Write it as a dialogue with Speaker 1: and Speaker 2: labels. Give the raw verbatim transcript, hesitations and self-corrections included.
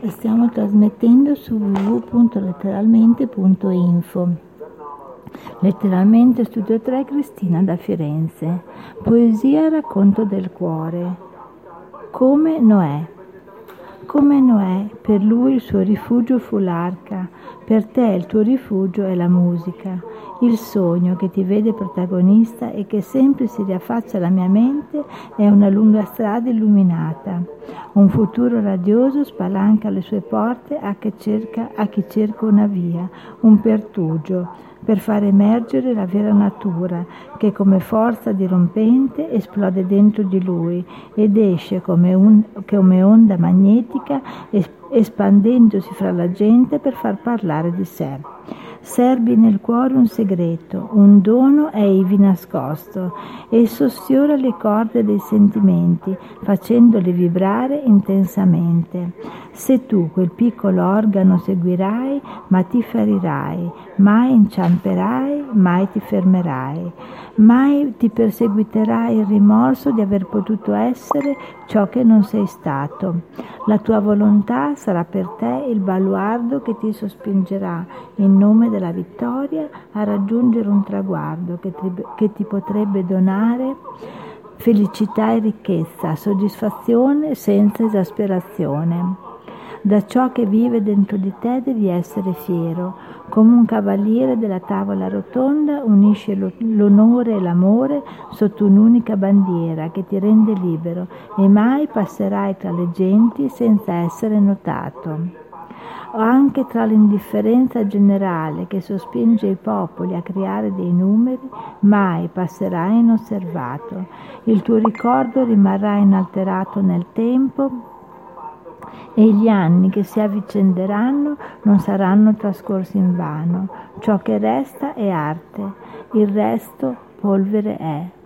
Speaker 1: Stiamo trasmettendo su w w w punto letteralmente punto info. Letteralmente Studio tre, Cristina da Firenze. Poesia Racconto del cuore. Come Noè. Come Noè, per lui il suo rifugio fu l'arca, per te il tuo rifugio è la musica, il sogno che ti vede protagonista e che sempre si riaffaccia alla mia mente è una lunga strada illuminata. Un futuro radioso spalanca le sue porte a chi cerca, a chi cerca una via, un pertugio, per far emergere la vera natura che come forza dirompente esplode dentro di lui ed esce come, un, come onda magnetica espandendosi fra la gente per far parlare di sé. Serbi nel cuore un segreto, un dono è ivi nascosto. Esso sfiora le corde dei sentimenti, facendoli vibrare intensamente. Se tu quel piccolo organo seguirai, ma ti ferirai, mai inciamperai, mai ti fermerai, mai ti perseguiterai il rimorso di aver potuto essere ciò che non sei stato. La tua volontà sarà per te il baluardo che ti sospingerà in nome della vittoria a raggiungere un traguardo che ti, che ti potrebbe donare felicità e ricchezza, soddisfazione senza esasperazione. Da ciò che vive dentro di te devi essere fiero. Come un cavaliere della tavola rotonda unisce l'onore e l'amore sotto un'unica bandiera che ti rende libero e mai passerai tra le genti senza essere notato. O anche tra l'indifferenza generale che sospinge i popoli a creare dei numeri, mai passerai inosservato. Il tuo ricordo rimarrà inalterato nel tempo e gli anni che si avvicenderanno non saranno trascorsi invano. Ciò che resta è arte, il resto polvere è.